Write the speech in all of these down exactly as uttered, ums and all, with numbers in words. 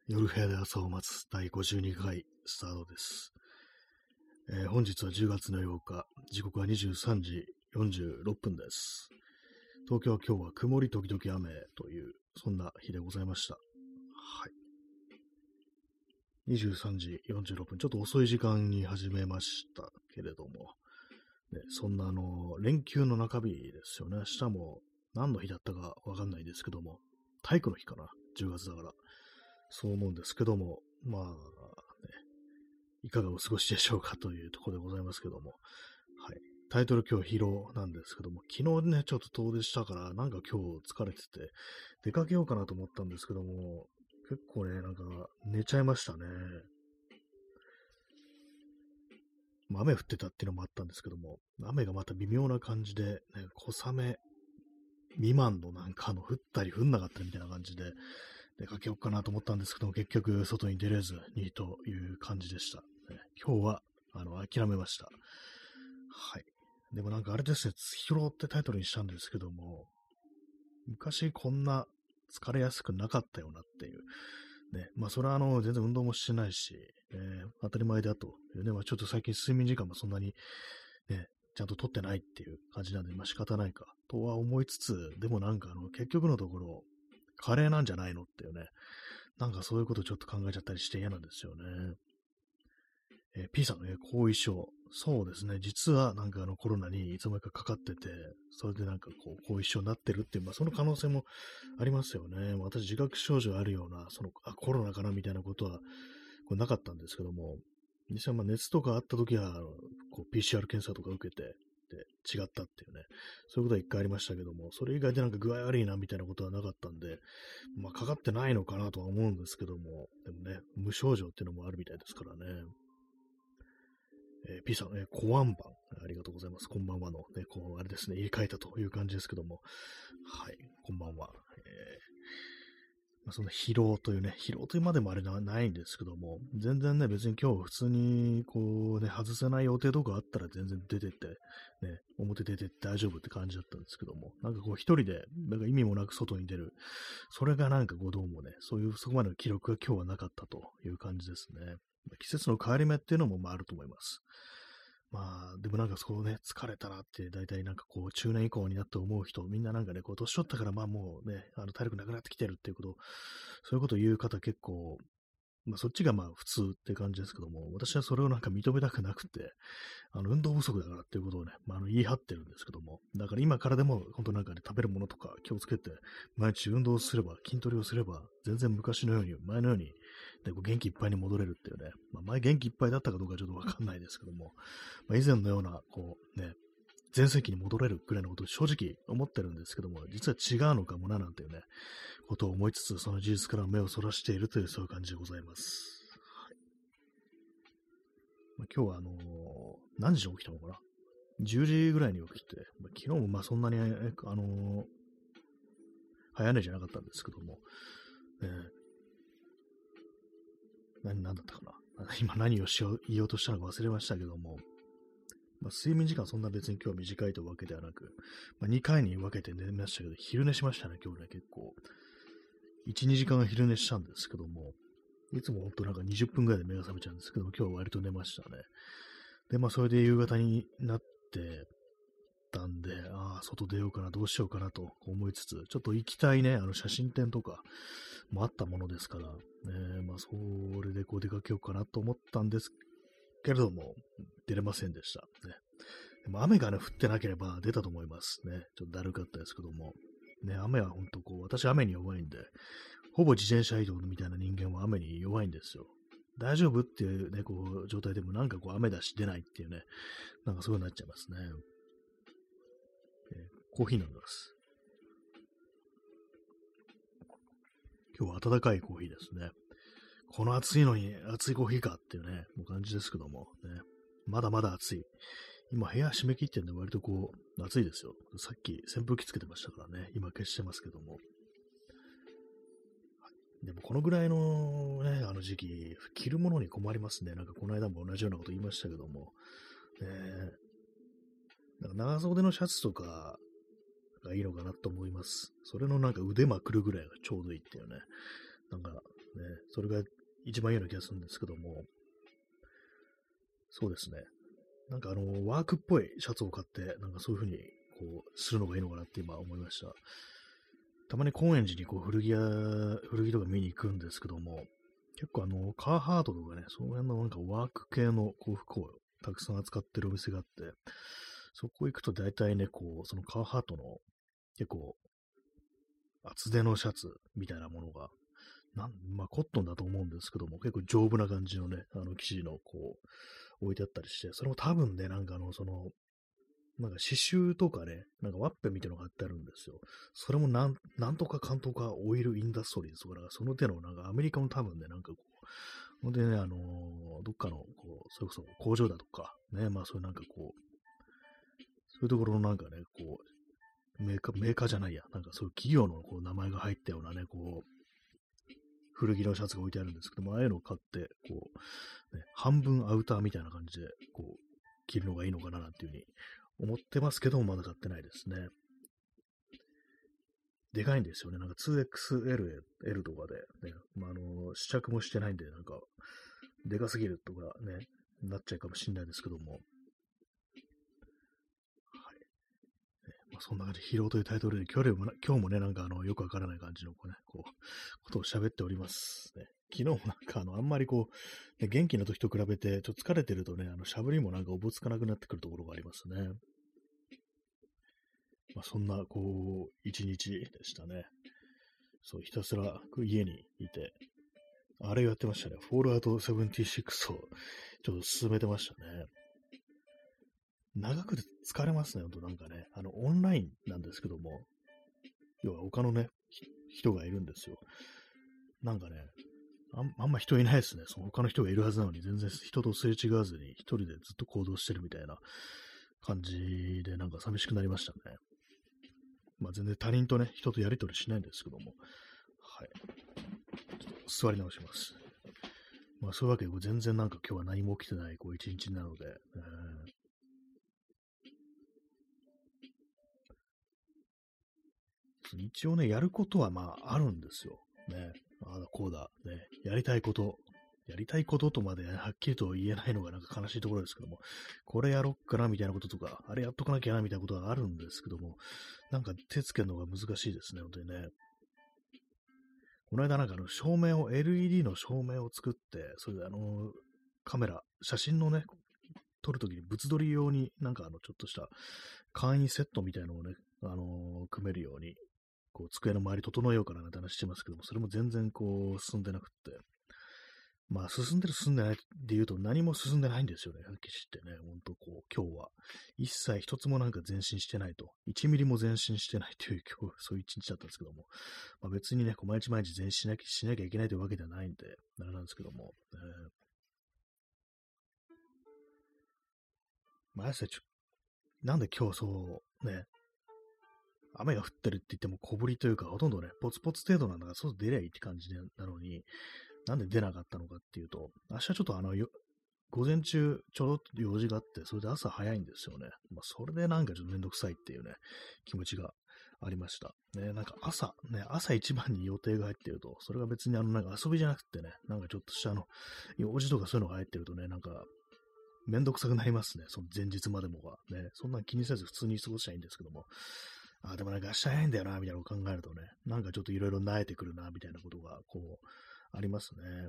夜部屋で朝を待つだいごじゅうにかいスタートです。えー本日はじゅうがつのようか、時刻はにじゅうさんじよんじゅうろっぷんです。東京は今日は曇り時々雨という、そんな日でございました。はい。にじゅうさんじよんじゅうろっぷん、ちょっと遅い時間に始めましたけれども、ね、そんなあの、連休の中日ですよね。明日も何の日だったかわかんないですけども、体育の日かな、じゅうがつだから。そう思うんですけども、まあ、ね、いかがお過ごしでしょうかというところでございますけども、はい。タイトル今日疲労なんですけども、昨日ね、ちょっと遠出したから、なんか今日疲れてて、出かけようかなと思ったんですけども、結構ね、なんか寝ちゃいましたね。まあ、雨降ってたっていうのもあったんですけども、雨がまた微妙な感じで、ね、小雨未満のなんかあの降ったり降んなかったりみたいな感じで、出かけようかなと思ったんですけども、結局外に出れずにという感じでした。ね、今日はあの諦めました。はい。でもなんかあれですね、疲労ってタイトルにしたんですけども、昔こんな疲れやすくなかったよなっていう。ね、まあそれはあの全然運動もしてないし、えー当たり前だというね、まあ、ちょっと最近睡眠時間もそんなにね、ちゃんと取ってないっていう感じなんで、まあ仕方ないかとは思いつつ、でもなんかあの結局のところ、カレーなんじゃないのっていうね、なんかそういうことちょっと考えちゃったりして嫌なんですよね。えー P さんのね、後遺症。そうですね。実はなんかあのコロナにいつの間にかかかってて、それでなんかこう後遺症になってるっていう、まあその可能性もありますよね。私自覚症状あるような、その、あ、コロナかなみたいなことはこれなかったんですけども、実際まあ熱とかあった時は、あのこう ピーシーアール 検査とか受けて、で、違ったっていうね、そういうことは一回ありましたけども、それ以外でなんか具合悪いなみたいなことはなかったんで、まあかかってないのかなとは思うんですけども、でもね、無症状っていうのもあるみたいですからね。えー、P さん、えー、小ワンバン。ありがとうございます。こんばんはの、ね、こう、あれですね、言い換えたという感じですけども。はい、こんばんは。えーまあ、その疲労というね、疲労というまでもあれはないんですけども、全然ね、別に今日普通に、こうね、外せない予定とかあったら全然出てって、ね、表出てって大丈夫って感じだったんですけども、なんかこう一人で、なんか意味もなく外に出る。それがなんかこうどうもね、そういうそこまでの記録が今日はなかったという感じですね。季節の変わり目っていうのもまああると思います。まあ、でもなんかそうね、疲れたなって、大体なんかこう、中年以降になって思う人、みんななんかね、こう、年取ったからまあもうね、あの体力なくなってきてるっていうこと、そういうことを言う方結構、まあそっちがまあ普通って感じですけども、私はそれをなんか認めたくなくて、あの、運動不足だからっていうことをね、まあ、あの言い張ってるんですけども、だから今からでも、本当なんかね、食べるものとか気をつけて、毎日運動すれば、筋トレをすれば、全然昔のように、前のように、ね、こう元気いっぱいに戻れるっていうね、まあ、前元気いっぱいだったかどうかちょっとわかんないですけども、まあ、以前のような、こうね、前世紀に戻れるくらいのことを正直思ってるんですけども、実は違うのかもななんていうね、ことを思いつつ、その事実から目をそらしているという、そういう感じでございます。まあ、今日はあのー何時に起きたのかな？ じゅう 時ぐらいに起きて、まあ、昨日もまあそんなに、あのー早寝じゃなかったんですけども、えー、何、何だったかな今何をしよう言おうとしたのか忘れましたけども、まあ、睡眠時間そんな別に今日は短いというわけではなく、まあ、にかいに分けて寝ましたけど、昼寝しましたね、今日ね、結構。いち、にじかん昼寝したんですけども、いつもほんとなんかにじゅっぷんぐらいで目が覚めちゃうんですけども、今日は割と寝ましたね。で、まあそれで夕方になってたんで、ああ、外出ようかな、どうしようかなと思いつつ、ちょっと行きたいね、あの写真展とかもあったものですから、ね、まあそれでこう出かけようかなと思ったんですけれども、出れませんでした。ね、でも雨がね、降ってなければ出たと思いますね。ちょっとだるかったですけども。ね、雨は本当こう、私雨に弱いんで、ほぼ自転車移動みたいな人間は雨に弱いんですよ。大丈夫っていうね、こう、状態でもなんかこう雨だし出ないっていうね、なんかそういう風になっちゃいますね。えーコーヒー飲みます。今日は暖かいコーヒーですね。この暑いのに暑いコーヒーかっていうね、もう感じですけども、ね、まだまだ暑い。今部屋閉め切ってんで割とこう、暑いですよ。さっき扇風機つけてましたからね、今消してますけども。でもこのぐらいのね、あの時期、着るものに困りますね。なんかこの間も同じようなこと言いましたけども、ね、なんか長袖のシャツとかがいいのかなと思います。それのなんか腕まくるぐらいがちょうどいいっていうね。なんかそれが一番いいような気がするんですけども、そうですね。なんかあの、ワークっぽいシャツを買って、なんかそういう風に、こう、するのがいいのかなって今思いました。たまに高円寺にこう古着屋、古着とか見に行くんですけども、結構あの、カーハートとかね、その辺のなんかワーク系のこう服をたくさん扱ってるお店があって、そこ行くと大体ね、こう、そのカーハートの結構厚手のシャツみたいなものが、なんまあコットンだと思うんですけども、結構丈夫な感じのね、あの生地のこう、置いてあったりして、それも多分ね、なんかあの、その、なんか刺繍とかね、なんかワッペンみたいなのが貼ってあるんですよ。それもなん、なんとかかんとかオイルインダストリーズとか、なんかその手のなんかアメリカの多分ね、なんかこう、ほんでね、あのーどっかの、こう、それこそ工場だとか、ね、まあそういうなんかこう、そういうところのなんかね、こう、メーカー、メーカーじゃないや、なんかそういう企業のこう名前が入ったようなね、こう、古着のシャツが置いてあるんですけども、ああいうのを買って、こう、ね、半分アウターみたいな感じで、こう、着るのがいいのかななんていうふうに思ってますけども、まだ買ってないですね。でかいんですよね。なんか ツーエックスエル、L とかで、ね、まあ、あの、試着もしてないんで、なんか、でかすぎるとかね、なっちゃうかもしれないですけども、まあ、そんな感じで、疲労というタイトルで、今日も今日もね、なんかあの、よくわからない感じの、こうね、こう、ことを喋っておりますね。昨日もなんかあの、あんまりこう、ね、元気な時と比べて、ちょっと疲れてるとね、あの、しゃぶりもなんかおぼつかなくなってくるところがありますね。まあ、そんな、こう、一日でしたね。そう、ひたすら家にいて、あれをやってましたね。フォールアウトセブンティーシックスをちょっと進めてましたね。長くて疲れますね、ほんとなんかね。あの、オンラインなんですけども、要は他のね、人がいるんですよ。なんかね、あんあんま人いないですね。その他の人がいるはずなのに、全然人とすれ違わずに一人でずっと行動してるみたいな感じで、なんか寂しくなりましたね。まあ全然他人とね、人とやりとりしないんですけども。はい。ちょっと座り直します。まあそういうわけで、全然なんか今日は何も起きてない、こう一日なので、えー一応ね、やることはまああるんですよ。ね。ああだこうだ。ね。やりたいこと。やりたいこととまではっきりと言えないのがなんか悲しいところですけども、これやろっかなみたいなこととか、あれやっとかなきゃなみたいなことがあるんですけども、なんか手つけるのが難しいですね、本当にね。この間なんかあの照明を、エルイーディー の照明を作って、それであの、カメラ、写真のね、撮るときに物撮り用になんかあの、ちょっとした簡易セットみたいなのをね、あのー組めるようにこう、机の周り整えようかななんて話してますけども、それも全然こう、進んでなくって。まあ、進んでる進んでないって言うと何も進んでないんですよね、はっきり言ってね。ほんとこう、今日は。一切一つもなんか前進してないと。一ミリも前進してないという今日、そういう一日だったんですけども。まあ、別にね、こう毎日毎日前進しなきゃしなきゃいけないというわけではないんで、あれなんですけども。えー、まあ、やさちょ、なんで今日そう、ね、雨が降ってるって言っても小降りというか、ほとんどね、ポツポツ程度なんだから、外出りゃいいって感じなのに、なんで出なかったのかっていうと、明日ちょっとあの、午前中ちょろっと用事があって、それで朝早いんですよね。まあ、それでなんかちょっとめんどくさいっていうね、気持ちがありました。ね、なんか朝、ね、朝一番に予定が入ってると、それが別にあの、なんか遊びじゃなくてね、なんかちょっとしたあの、用事とかそういうのが入ってるとね、なんか、めんどくさくなりますね。その前日までもが。ね、そんな気にせず普通に過ごしちゃいいんですけども。あ、でもなんか明日早いんだよな、みたいなのを考えるとね、なんかちょっといろいろ慣れてくるな、みたいなことが、こう、ありますね。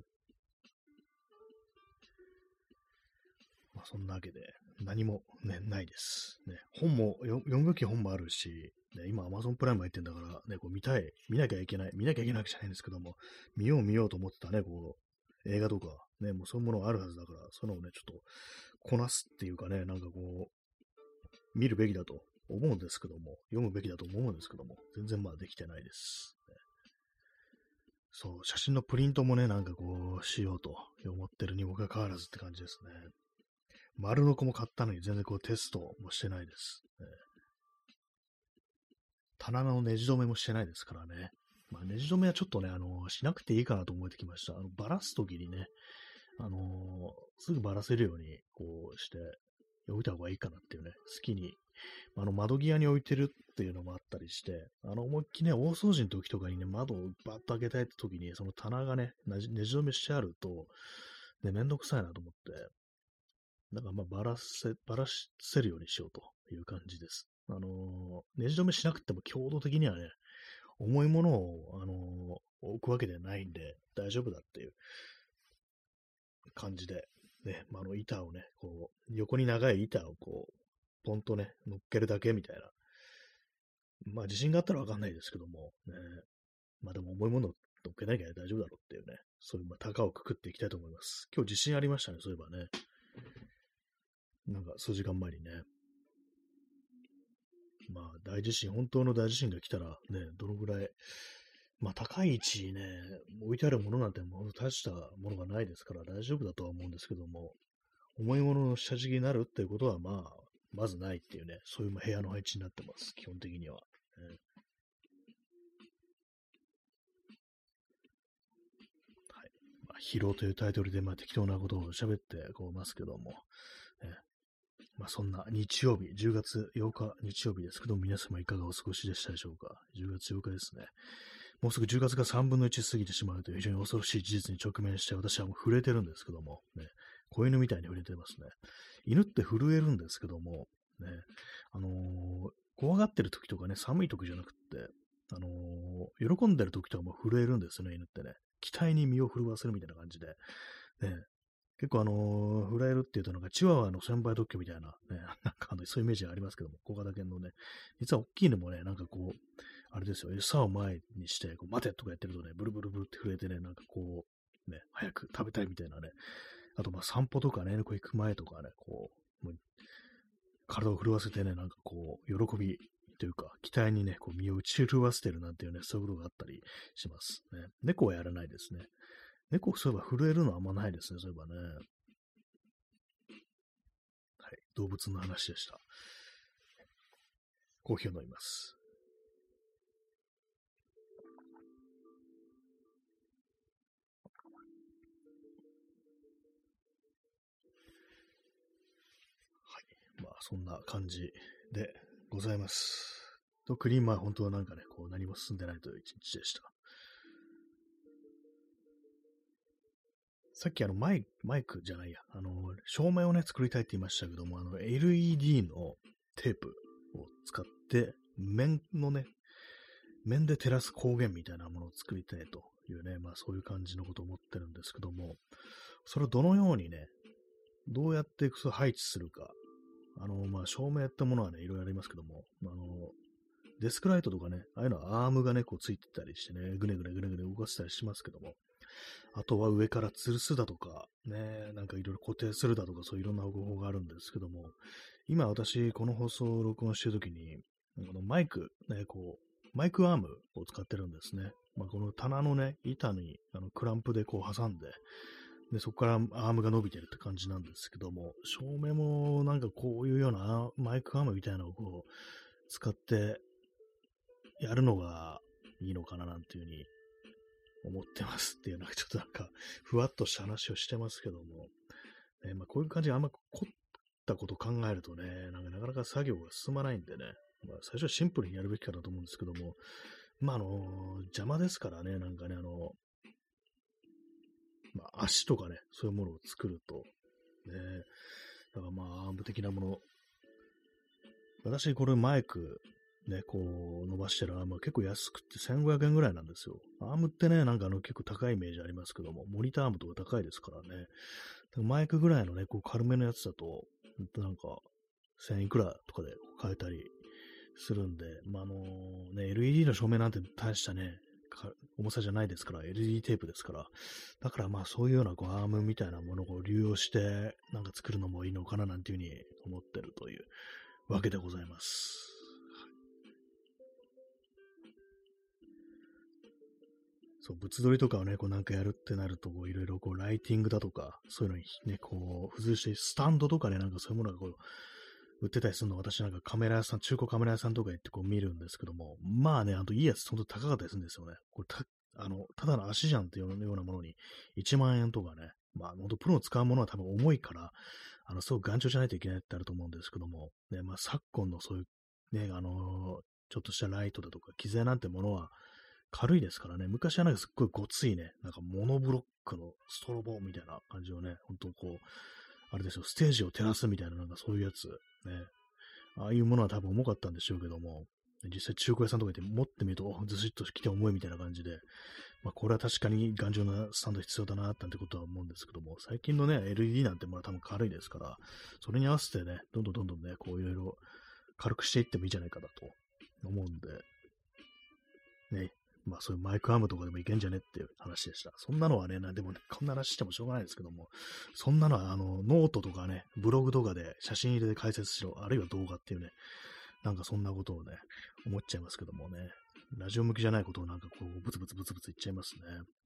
まあ、そんなわけで、何もね、ないです。ね、本も、読むべき本もあるし、ね、今 Amazon プライム入ってんだから、ね、こう見たい、見なきゃいけない、見なきゃいけなくじゃないんですけども、見よう見ようと思ってたね、こう、映画とか、ね、もうそういうものがあるはずだから、そういうのをね、ちょっと、こなすっていうかね、なんかこう、見るべきだと思うんですけども、読むべきだと思うんですけども、全然まあできてないです。ね、そう、写真のプリントもね、なんかこう、しようと思ってるにもかかわらずって感じですね。丸の子も買ったのに全然こうテストもしてないです。ね、棚のネジ止めもしてないですからね。まあ、ネジ止めはちょっとね、あのーしなくていいかなと思えてきました。あの、ばらすときにね、あのーすぐばらせるように、こうして、 置いた方がいいかなっていうね、好きに、あの窓際に置いてるっていうのもあったりして、あの思いっきりね、大掃除の時とかにね、窓をバッと開けたいって時に、その棚がね、ねじねじ止めしてあると、ね、めんどくさいなと思って、なんかまあばらせ、ばらせるようにしようという感じです。あのーねじ止めしなくても強度的にはね、重いものを、あのー置くわけではないんで、大丈夫だっていう感じで、ね、まあ、あの板をね、こう、横に長い板をこう、ポンとね、乗っけるだけみたいな。まあ、自信があったらわかんないですけども、ね、まあでも重いものを乗っけなきゃ大丈夫だろうっていうね、そういう、まあ、高をくくっていきたいと思います。今日自信ありましたね、そういえばね。なんか数時間前にね。まあ、大地震、本当の大地震が来たらね、どのぐらい、まあ、高い位置にね、置いてあるものなんてもう大したものがないですから大丈夫だとは思うんですけども、重いものの下敷きになるっていうことは、まあ、まずないっていうね、そういう部屋の配置になってます、基本的には。ね、はい。まあ、疲労というタイトルで、まあ、適当なことを喋ってこうますけども、ね、まあ、そんな日曜日、じゅうがつようか日曜日ですけども、皆様いかがお過ごしでしたでしょうか。じゅうがつようかですね。もうすぐじゅうがつがさんぶんのいち過ぎてしまうという非常に恐ろしい事実に直面して、私はもう震えてるんですけども、ね、子犬みたいに震えてますね。犬って震えるんですけども、ね、あのー怖がってる時とかね、寒い時じゃなくって、あのー喜んでる時とかも震えるんですよね、犬ってね。期待に身を震わせるみたいな感じで。ね、結構あのー、震えるっていうとなんかチワワの先輩特許みたいな、ね、なんかあのそういうイメージがありますけども、小型犬のね、実は大きいのもね、なんかこう、あれですよ、餌を前にして、こう待てとかやってるとね、ブルブルブルって震えてね、なんかこう、ね、早く食べたいみたいなね、あとまあ散歩とかね、こう行く前とかね、こう、もう体を震わせてね、なんかこう、喜びというか、期待にね、こう身を打ち震わせてるなんていうね、そういうことがあったりしますね。猫はやらないですね。猫、そういえば震えるのはあんまないですね、そういえばね。はい、動物の話でした。コーヒーを飲みます。はい。まあ、そんな感じでございます。特に、まあ、本当はなんかね、こう、何も進んでないという一日でした。さっきあのマイ、マイクじゃないや、あの、照明をね、作りたいって言いましたけども、あの、エルイーディー のテープを使って、面のね、面で照らす光源みたいなものを作りたいというね、まあそういう感じのことを思ってるんですけども、それをどのようにね、どうやってそ配置するか、あの、まあ照明ってものはね、いろいろありますけども、あの、デスクライトとかね、ああいうのはアームがね、こうついてたりしてね、ぐねぐねぐねぐね動かせたりしますけども、あとは上から吊るすだとか、ね、なんかいろいろ固定するだとか、そういろんな方法があるんですけども、今私、この放送を録音してるときに、このマイク、ね、こう、マイクアームを使ってるんですね。まあ、この棚のね、板にあのクランプでこう挟んで、で、そこからアームが伸びてるって感じなんですけども、照明もなんかこういうようなマイクアームみたいなのをこう、使ってやるのがいいのかななんていうふうに思ってますっていう、なんかちょっとなんか、ふわっとした話をしてますけども、ね、まあ、こういう感じであんま凝ったことを考えるとね、なんかなかなか作業が進まないんでね、まあ、最初はシンプルにやるべきかなと思うんですけども、まあ、あのー邪魔ですからね、なんかね、あのまあ、足とかね、そういうものを作ると、ね、だからまあ、アーム的なもの、私、これマイク、ね、こう、伸ばしてるアームは結構安くってせんごひゃくえんぐらいなんですよ。アームってね、なんかあの結構高いイメージありますけども、モニターアームとか高いですからね。マイクぐらいのね、こう軽めのやつだと、なんか、せんいくらとかで買えたりするんで、まあ、あのね、エルイーディー の照明なんて大したね、重さじゃないですから、エルイーディー テープですから、だからまあそういうようなこうアームみたいなものを流用して、なんか作るのもいいのかななんていうふうに思ってるというわけでございます。そう、物撮りとかをね、こうなんかやるってなると、こういろいろこうライティングだとか、そういうのにね、こう、付随して、スタンドとかね、なんかそういうものがこう、売ってたりするのを私なんかカメラ屋さん、中古カメラ屋さんとか行ってこう見るんですけども、まあね、あといいやつ、ほんと高かったりするんですよね。これた、あの、ただの足じゃんっていうようなものにいちまん円とかね、まあ、ほんとプロの使うものは多分重いから、 あの、すごく頑丈じゃないといけないってあると思うんですけども、ね、まあ、昨今のそういう、ね、あのちょっとしたライトだとか、機材なんてものは軽いですからね、昔はなんかすっごいごついね、なんかモノブロックのストロボみたいな感じをね、本当こう、あれですよ、ステージを照らすみたいな、なんかそういうやつ、ね、ああいうものは多分重かったんでしょうけども、実際中古屋さんとか行って持ってみると、おずしっと来て重いみたいな感じで、まあ、これは確かに頑丈なスタンド必要だな、なんてことは思うんですけども、最近のね、エルイーディー なんてものは多分軽いですから、それに合わせてね、どんどんどんどんね、こういろいろ軽くしていってもいいんじゃないかなと思うんで、ね、まあそういうマイクアームとかでもいけんじゃねっていう話でした。そんなのはね、でもね、こんな話してもしょうがないですけども、そんなのはあの、ノートとかね、ブログとかで写真入れて解説しろ、あるいは動画っていうね、なんかそんなことをね、思っちゃいますけどもね、ラジオ向きじゃないことをなんかこう、ブツブツブツブツ言っちゃいますね。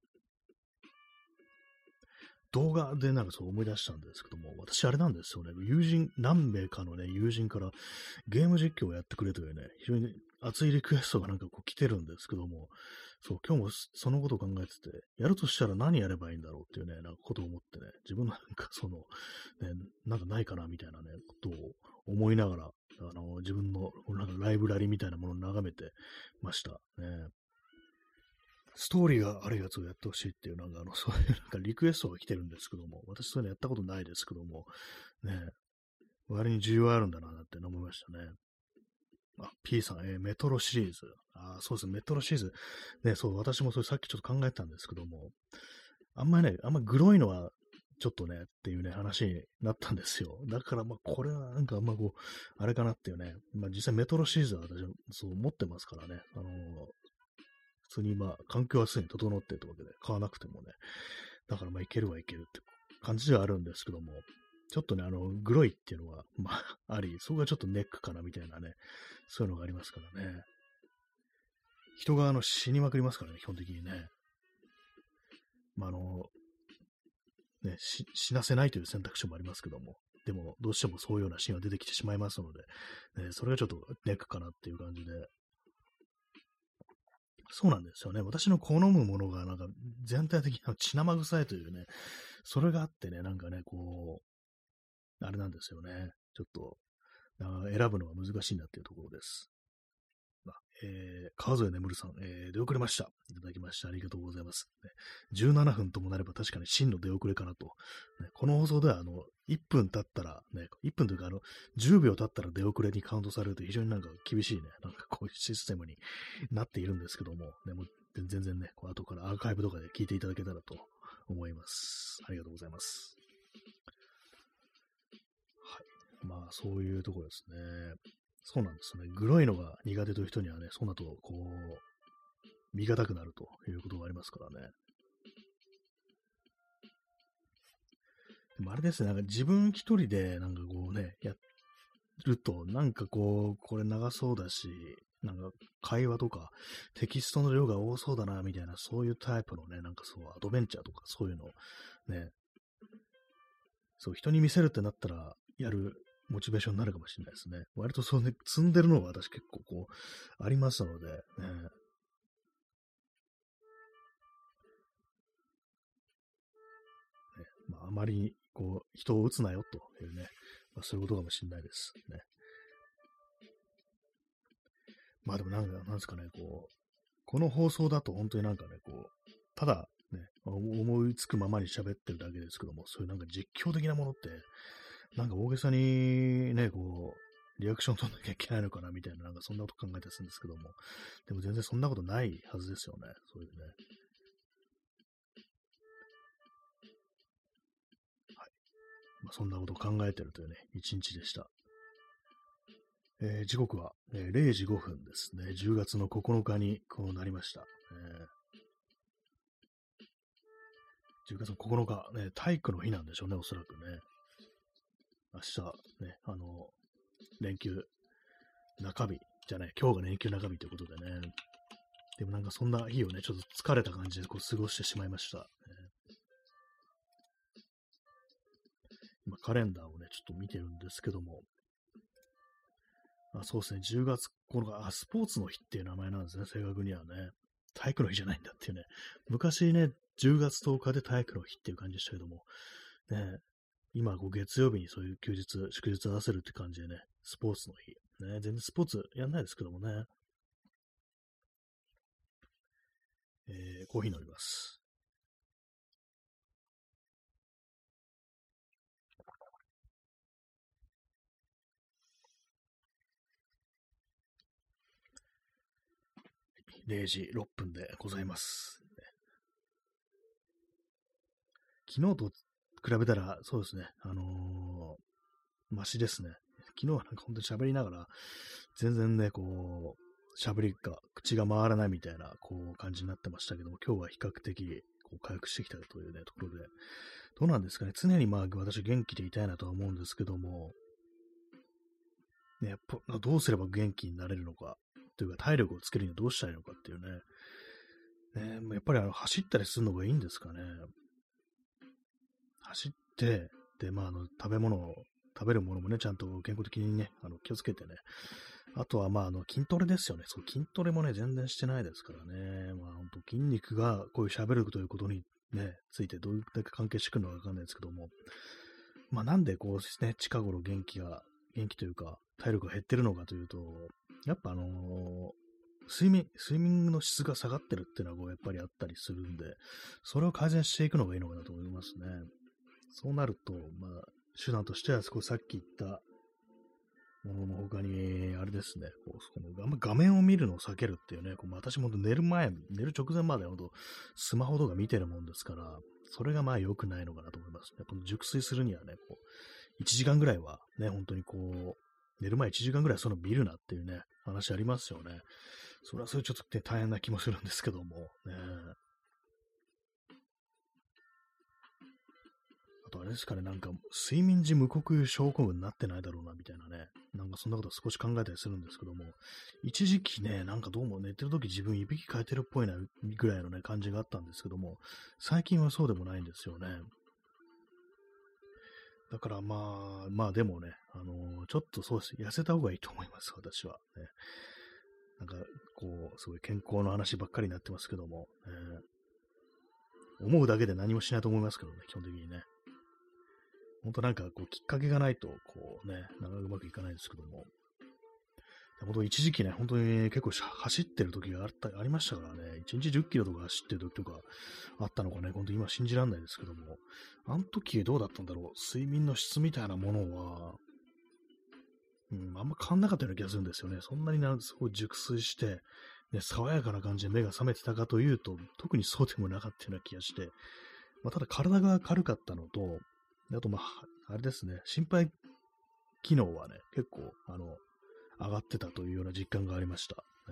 動画でなんかそう思い出したんですけども、私あれなんですよね、友人、何名かのね、友人からゲーム実況をやってくれというね、非常に熱いリクエストがなんかこう来てるんですけども、そう、今日もそのことを考えてて、やるとしたら何やればいいんだろうっていうね、なんかことを思ってね、自分のなんかその、ね、なんかないかなみたいなね、ことを思いながら、あの、自分のなんかライブラリみたいなものを眺めてました。ね。ストーリーがあるやつをやってほしいっていう、なんかあの、そういうなんかリクエストが来てるんですけども、私そういうのやったことないですけども、ね、割に需要あるんだな、って思いましたね。あ、P さん、えーメトロシリーズ。あ、そうですね、メトロシリーズ。ね、そう、私もそれさっきちょっと考えたんですけども、あんまりね、あんまグロいのは、ちょっとね、っていうね、話になったんですよ。だから、まあ、これはなんかあんまこう、あれかなっていうね、まあ、実際メトロシリーズは私はそう思ってますからね、あのー普通にまあ、環境はすでに整っているわけで、買わなくてもね、だからまあ、いけるはいけるって感じではあるんですけども、ちょっとね、あの、グロいっていうのは、まあ、あり、そこがちょっとネックかなみたいなね、そういうのがありますからね。人があの死にまくりますからね、基本的にね。まあ、あの、ね、し死なせないという選択肢もありますけども、でも、どうしてもそういうようなシーンが出てきてしまいますので、ね、それがちょっとネックかなっていう感じで、そうなんですよね。私の好むものが、なんか、全体的に血生臭いというね、それがあってね、なんかね、こう、あれなんですよね。ちょっと、選ぶのが難しいなっていうところです。えー、川添眠さん、えー、出遅れました。いただきましてありがとうございます。ね、じゅうななふんともなれば確かに真の出遅れかなと。ね、この放送では、あの、いっぷん経ったら、ね、いっぷんというか、あの、じゅうびょう経ったら出遅れにカウントされると非常になんか厳しいね、なんかこういうシステムになっているんですけども、ね、もう全然ね、こう後からアーカイブとかで聞いていただけたらと思います。ありがとうございます。はい。まあ、そういうところですね。そうなんですね。グロいのが苦手という人にはね、そんなと、こう、見難くなるということがありますからね。でもあれですね、なんか自分一人でなんかこうね、やると、なんかこう、これ長そうだし、なんか会話とかテキストの量が多そうだな、みたいな、そういうタイプのね、なんかそう、アドベンチャーとかそういうのね、そう、人に見せるってなったら、やるモチベーションになるかもしれないですね。割とそうね、積んでるのが私結構こう、ありますので、ね、まあ、あまり、こう、人を撃つなよというね、まあ、そういうことかもしれないですね。まあでもなんか、なんですかね、こう、この放送だと本当になんかね、こう、ただね、思いつくままに喋ってるだけですけども、そういうなんか実況的なものって、なんか大げさにね、こう、リアクション取んなきゃいけないのかなみたいな、なんかそんなこと考えたりするんですけども、でも全然そんなことないはずですよね、そういうね。はい。まあ、そんなことを考えてるというね、一日でした。えー、時刻は、えー、れいじごふんですね。じゅうがつのここのかにこうなりました。えー、じゅうがつのここのか、ね、体育の日なんでしょうね、おそらくね。明日、ね、あの、連休中日じゃない、今日が連休中日ということでね。でもなんかそんな日をね、ちょっと疲れた感じでこう過ごしてしまいました。今カレンダーをね、ちょっと見てるんですけども、あ、そうですね、じゅうがつここのか、あ、スポーツの日っていう名前なんですね、正確にはね。体育の日じゃないんだっていうね。昔ね、じゅうがつとおかで体育の日っていう感じでしたけども、ね、 今、こう月曜日にそういう休日、祝日出せるって感じでね、スポーツの日。ね、全然スポーツやんないですけどもね。えー、コーヒー飲みます。れいじろっぷんでございます。昨日と比べたら、そうですね、あのー、マシですね。昨日はなんか本当に喋りながら、全然ね、こう、喋りが、口が回らないみたいな、こう、感じになってましたけども、今日は比較的、こう、回復してきたというね、ところで、どうなんですかね、常にまあ、私元気でいたいなとは思うんですけども、ね、やっぱ、どうすれば元気になれるのか、というか、体力をつけるにはどうしたらいいのかっていうね、ねやっぱりあの走ったりするのがいいんですかね。走って、で、まあ、あの、食べ物を、食べるものもね、ちゃんと健康的にね、あの気をつけてね。あとは、まあ、あの、筋トレですよね。そう、筋トレもね、全然してないですからね。まあ、本当筋肉がこういう喋るということにね、ついてどういうだけ関係してくるのかわかんないですけども、まあ、なんでこうね、近頃元気が、元気というか、体力が減ってるのかというと、やっぱあのー睡眠、睡眠の質が下がってるっていうのはこうやっぱりあったりするんで、それを改善していくのがいいのかなと思いますね。そうなると、まあ、手段としては、こうさっき言ったものの他に、あれですね、こうその画面を見るのを避けるっていうね、こう私も寝る前、寝る直前までほどスマホとか見てるもんですから、それがまあ良くないのかなと思いますね。この熟睡するにはね、こういちじかんぐらいはね、本当にこう、寝る前いちじかんぐらいその見るなっていうね、話ありますよね。それはそれちょっと、ね、大変な気もするんですけども、ね。あとあれですかね、なんか睡眠時無呼吸症候群になってないだろうな、みたいなね。なんかそんなこと少し考えたりするんですけども、一時期ね、なんかどうも寝てるとき自分いびきかいてるっぽいな、ぐらいのね、感じがあったんですけども、最近はそうでもないんですよね。だからまあ、まあでもね、あのー、ちょっとそうです。痩せた方がいいと思います、私は。ね、なんか、こう、すごい健康の話ばっかりになってますけども、えー、思うだけで何もしないと思いますけどね、基本的にね。本当なんかこうきっかけがないと、こうね、なかなかうまくいかないですけども。本当一時期ね、本当に結構走ってる時があったありましたからね、いちにちじゅっキロとか走ってる時とかあったのかね、本当今信じられないですけども、あの時どうだったんだろう、睡眠の質みたいなものは、うん、あんま変わんなかったような気がするんですよね。そんなになんすごい熟睡して、ね、爽やかな感じで目が覚めてたかというと、特にそうでもなかったような気がして、まあ、ただ体が軽かったのと、あとまあ、あれですね、心肺機能はね、結構、あの、上がってたというような実感がありました。ね、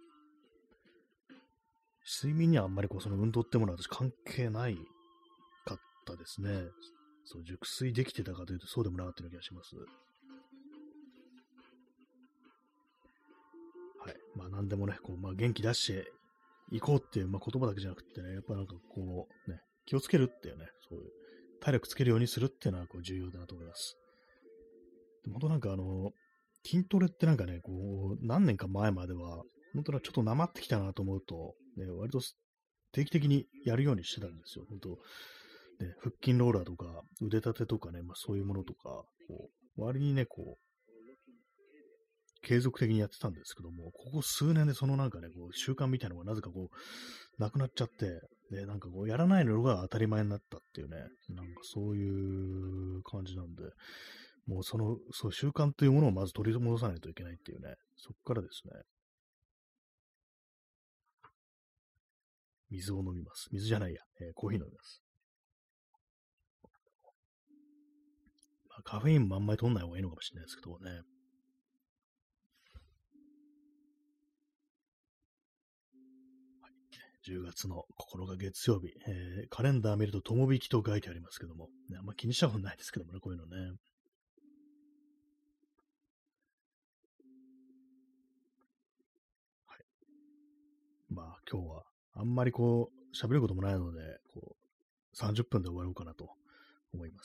睡眠にはあんまりこう、その運動ってものは私関係ないかったですね。そう、熟睡できてたかというとそうでもなかったような気がします。はい。まあ、なんでもね、こう、まあ、元気出していこうっていう、まあ、言葉だけじゃなくてね、やっぱなんかこう、ね、気をつけるっていうね、そういう、体力つけるようにするっていうのはこう重要だなと思います。でも本当なんかあの、筋トレってなんかね、こう、何年か前までは、本当はちょっとなまってきたなと思うと、ね、割と定期的にやるようにしてたんですよ。本当ね、腹筋ローラーとか、腕立てとかね、まあそういうものとか、こう、割にね、こう、継続的にやってたんですけども、ここ数年でそのなんかね、こう、習慣みたいなのがなぜかこう、なくなっちゃって、で、なんかこう、やらないのが当たり前になったっていうね、なんかそういう感じなんで、もうその、そう、習慣というものをまず取り戻さないといけないっていうね、そこからですね、水を飲みます。水じゃないや、えー、コーヒー飲みます。まあ、カフェインもあんまり取んない方がいいのかもしれないですけどもね。じゅうがつのここのか月曜日、えー、カレンダー見ると友引きと書いてありますけども、ね、あんま気にしたことないですけどもね、こういうのね。はい。まあ今日はあんまりこう喋ることもないので、こうさんじゅっぷんで終わろうかなと思います。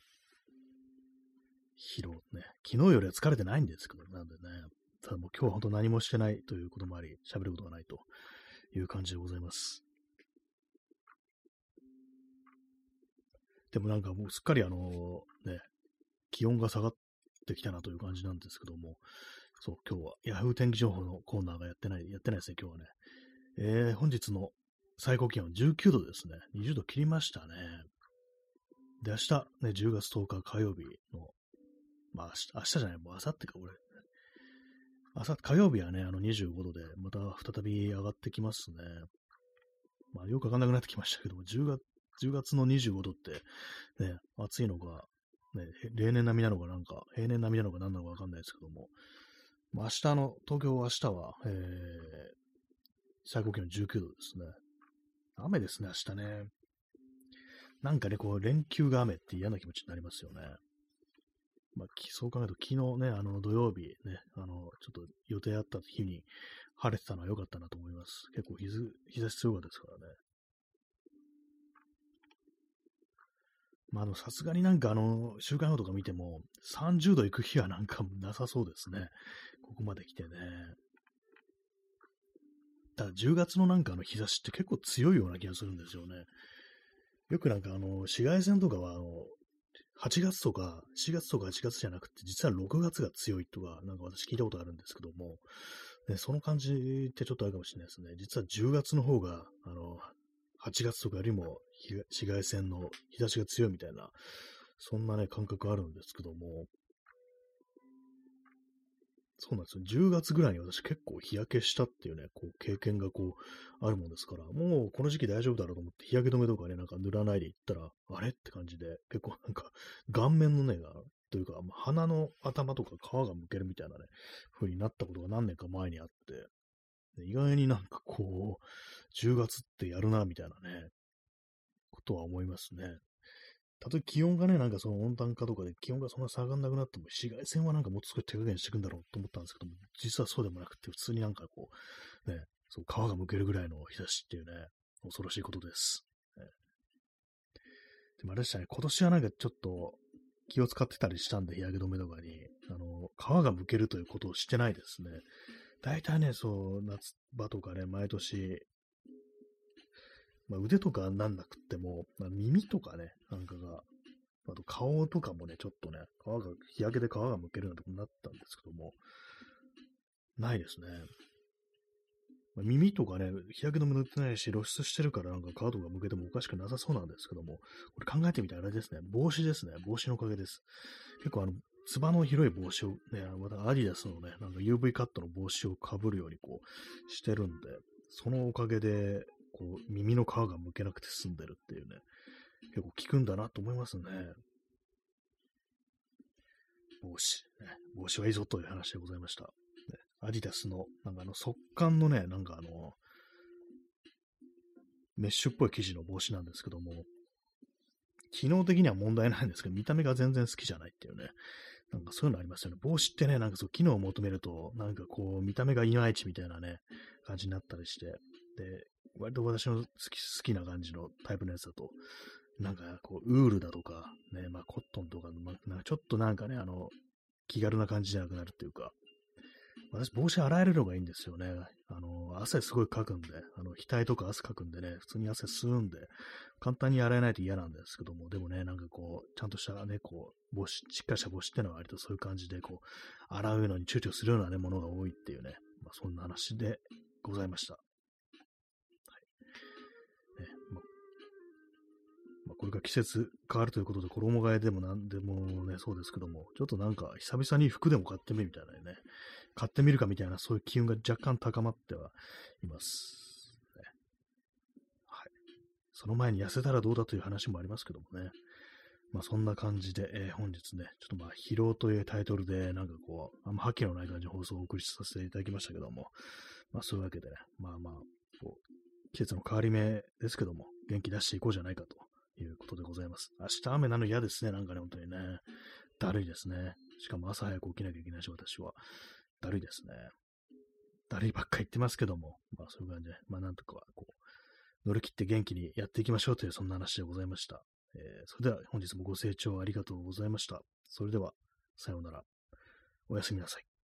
疲労ね、昨日よりは疲れてないんですけど、なんでね、ただもう今日は本当何もしてないということもあり、喋ることがないという感じでございます。 でもなんかもうすっかりあのね、気温が下がってきたなという感じなんですけども、そう、今日は Yahoo 天気情報のコーナーがやってない、やってないですね、今日はね。えー、本日の最高気温じゅうきゅうどですね。にじゅうど切りましたね。で、明日、ね、じゅうがつとおか火曜日の、まあ明日、明日じゃない、もう明後日か、俺。明後日、火曜日はね、あのにじゅうごどで、また再び上がってきますね。まあよくわかんなくなってきましたけども、じゅうがつ、じゅうがつのにじゅうごどって、ね、暑いのか、ね、例年並みなのかなんか、平年並みなのか何なのかわかんないですけども、まあ、明日の、東京明日は、えー、最高気温じゅうきゅうどですね。雨ですね、明日ね。なんかね、こう、連休が雨って嫌な気持ちになりますよね。まあ、そう考えると、昨日ね、あの、土曜日ね、あの、ちょっと予定あった日に晴れてたのは良かったなと思います。結構日ず、日差し強かったですからね。まあ、あの、さすがになんかあの、週間予報とか見ても、さんじゅうど行く日はなんかなさそうですね。ここまで来てね。ただじゅうがつのなんかあの日差しって結構強いような気がするんですよね。よくなんかあの、紫外線とかはあの、はちがつとかしがつとかはちがつじゃなくて、実はろくがつが強いとか、なんか私聞いたことあるんですけども、ね、その感じってちょっとあるかもしれないですね。実はじゅうがつの方が、あの、はちがつとかよりも紫外線の日差しが強いみたいな、そんなね、感覚あるんですけども、そうなんですよ。じゅうがつぐらいに私結構日焼けしたっていうね、こう経験がこうあるもんですから、もうこの時期大丈夫だろうと思って日焼け止めとかね、なんか塗らないで行ったら、あれって感じで、結構なんか顔面のね、がというか、まあ鼻の頭とか皮がむけるみたいなね、風になったことが何年か前にあって、意外になんかこう、じゅうがつってやるな、みたいなね、ことは思いますね。たとえ気温がね、なんかその温暖化とかで気温がそんな下がんなくなっても、紫外線はなんかもう少し手加減していくんだろうと思ったんですけども、実はそうでもなくて、普通になんかこう、ね、そう皮がむけるぐらいの日差しっていうね、恐ろしいことです。ね、でもあれでしたね、今年はなんかちょっと気を使ってたりしたんで、日焼け止めとかに、あの、皮がむけるということをしてないですね。大体ね、そう、夏場とかね、毎年、まあ、腕とかなんなくっても、まあ、耳とかね、なんかが、あと顔とかもね、ちょっとね、皮が、日焼けで皮がむけるようなとこになったんですけども、ないですね。まあ、耳とかね、日焼け止め塗ってないし、露出してるからなんか皮とかむけてもおかしくなさそうなんですけども、これ考えてみたらあれですね、帽子ですね、帽子のおかげです。結構あの、つばの広い帽子をね、またアディダスのね、なんか ユーブイ カットの帽子をかぶるようにこうしてるんで、そのおかげで、こう、耳の皮がむけなくて済んでるっていうね、結構効くんだなと思いますね。帽子、ね。帽子はいいぞという話でございました。ね、アディダスの、なんかあの、速乾のね、なんかあの、メッシュっぽい生地の帽子なんですけども、機能的には問題ないんですけど、見た目が全然好きじゃないっていうね。なんかそういうのありますよね。帽子ってね、なんかそう、機能を求めると、なんかこう、見た目がいまいちみたいなね、感じになったりして、で、割と私の好き好きな感じのタイプのやつだと、なんかこう、ウールだとか、ね、まあコットンとか、まあ、なんかちょっとなんかね、あの、気軽な感じじゃなくなるっていうか、私、帽子洗えるのがいいんですよね。あの、汗すごいかくんで、あの、額とか汗かくんでね、普通に汗吸うんで、簡単に洗えないと嫌なんですけども、でもね、なんかこう、ちゃんとしたね、こう、帽子、しっかりした帽子ってのは割とそういう感じで、こう、洗うのに躊躇するようなね、ものが多いっていうね、まあ、そんな話でございました。はい。ね、まあまあ、これから季節変わるということで、衣替えでもなんでもね、そうですけども、ちょっとなんか久々に服でも買ってみるみたいなね、買ってみるかみたいな、そういう機運が若干高まってはいます、ね。はい。その前に痩せたらどうだという話もありますけどもね。まあそんな感じで、えー、本日ね、ちょっとまあ疲労というタイトルで、なんかこう、あんま覇気のない感じの放送をお送りさせていただきましたけども、まあそういうわけでね、まあまあ、こう季節の変わり目ですけども、元気出していこうじゃないかということでございます。明日雨なの嫌ですね、なんかね、本当にね。だるいですね。しかも朝早く起きなきゃいけないし、私は。だるいですね。だるいばっか言ってますけども、まあそういう感じで、まあなんとかこう、乗り切って元気にやっていきましょうという、そんな話でございました。えー、それでは本日もご清聴ありがとうございました。それでは、さようなら。おやすみなさい。